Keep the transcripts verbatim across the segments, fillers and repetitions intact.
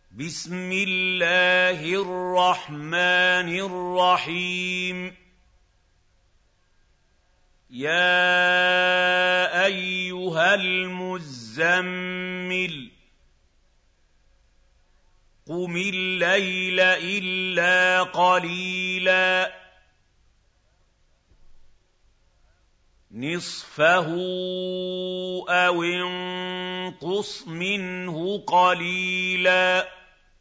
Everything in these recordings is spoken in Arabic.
بسم الله الرحمن الرحيم يا أيها المزمل قم الليل إلا قليلا نصفه أو انقص منه قليلا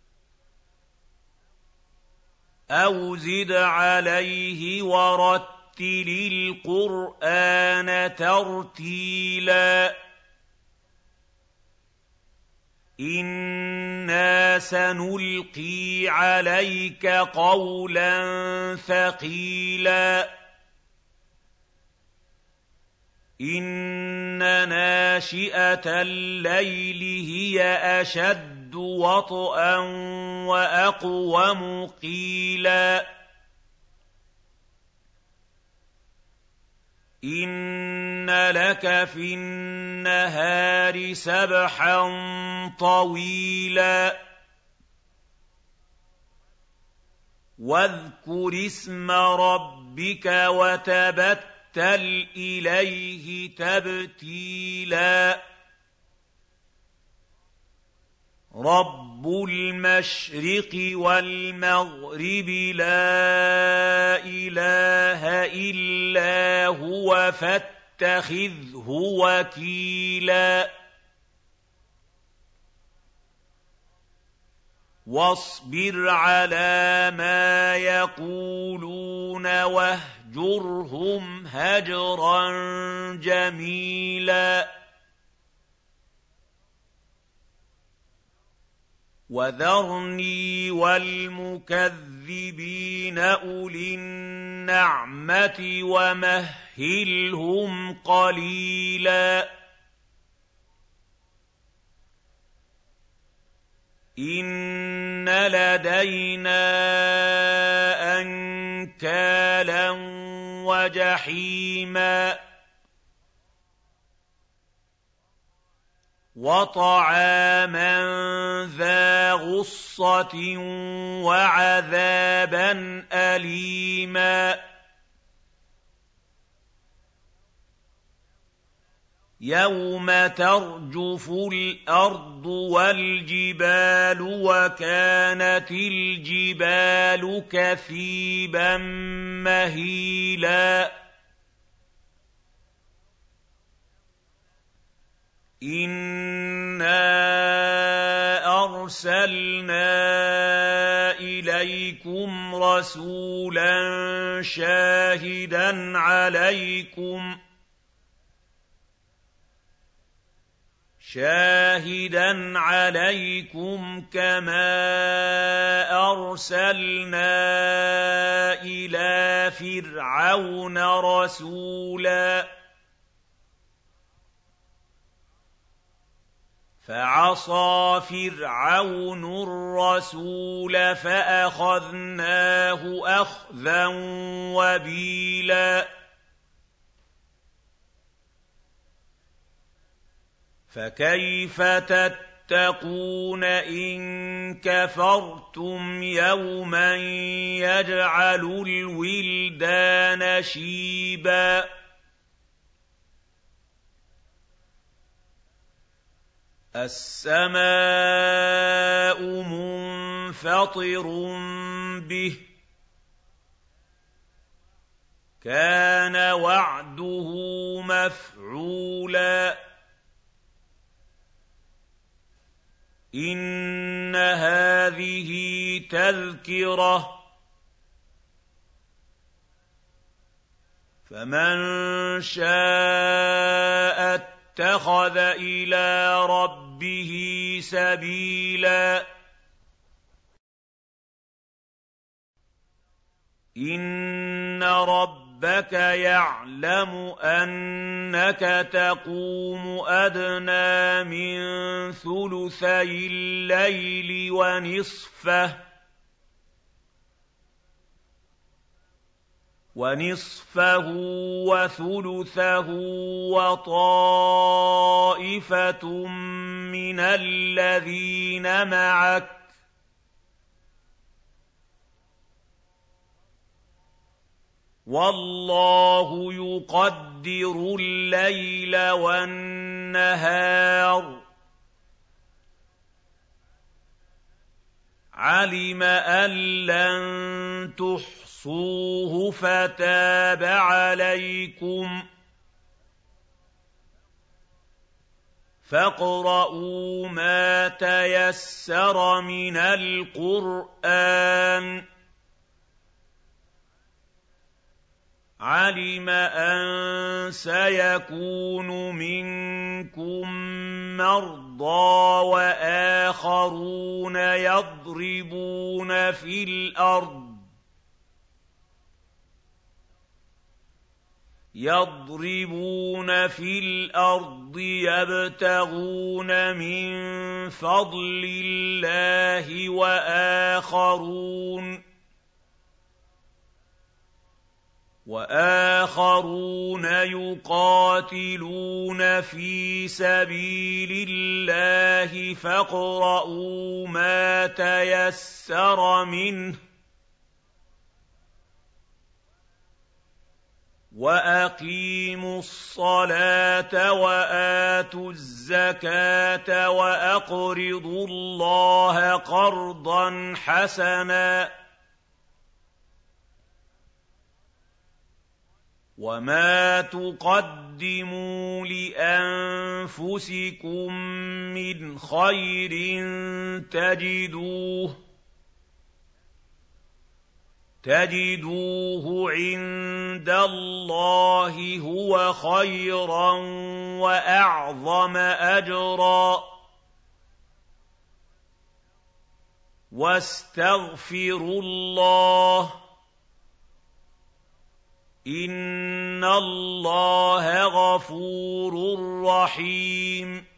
أو زد عليه ورتل القرآن ترتيلا إنا سنلقي عليك قولا ثقيلا إن ناشئة الليل هي أشد وطئا وأقوم قيلا إن لك في النهار سبحا طويلا واذكر اسم ربك وتبتل إليه تبتيلا رب المشرق والمغرب لا إله إلا هو فاتخذه وكيلا واصبر على ما يقولون واهجرهم هجرا جميلا وذرني والمكذبين أولي النعمة ومهلهم قليلا إن لدينا أنكالا وجحيما وطعاما ذا غصة وعذابا أليما يوم ترجف الأرض والجبال وكانت الجبال كثيبا مهيلا إنا أرسلنا إليكم رسولا شاهدا عليكم شاهدا عليكم كما أرسلنا إلى فرعون رسولا فعصى فرعون الرسول فأخذناه أخذا وبيلا فكيف تتقون إن كفرتم يوما يجعل الولدان شيبا السماء منفطر به كان وعده مفعولا إن هذه تذكرة فمن شاء اتخذ إلى ربه سبيلا إن ربك يعلم أنك تقوم أدنى من ثلثي الليل ونصفه ونصفه وثلثه وطائفة من الذين معك وَاللَّهُ يُقَدِّرُ اللَّيْلَ وَالنَّهَارَ عَلِمَ أَن لَّن تُحْصُوهُ فَتَابَ عَلَيْكُمْ فَاقْرَءُوا مَا تَيَسَّرَ مِنَ الْقُرْآنِ عَلِمَ أَن سَيَكُونُ مِنكُم مَّرْضَىٰ وَآخَرُونَ يَضْرِبُونَ فِي الْأَرْضِ يَضْرِبُونَ فِي الْأَرْضِ يَبْتَغُونَ مِن فَضْلِ اللَّهِ وَآخَرُونَ وَآخَرُونَ يُقَاتِلُونَ فِي سَبِيلِ اللَّهِ فاقْرَءُوا مَا تَيَسَّرَ مِنْهُ وَأَقِيمُوا الصَّلَاةَ وَآتُوا الزَّكَاةَ وَأَقْرِضُوا اللَّهَ قَرْضًا حَسَنًا وَمَا تُقَدِّمُوا لِأَنفُسِكُم مِّنْ خَيْرٍ تَجِدُوهُ تَجِدُوهُ عِندَ اللَّهِ هُوَ خَيْرًا وَأَعْظَمَ أَجْرًا وَاسْتَغْفِرُوا اللَّهَ إِنَّ اللَّهَ غَفُورٌ رَّحِيمٌ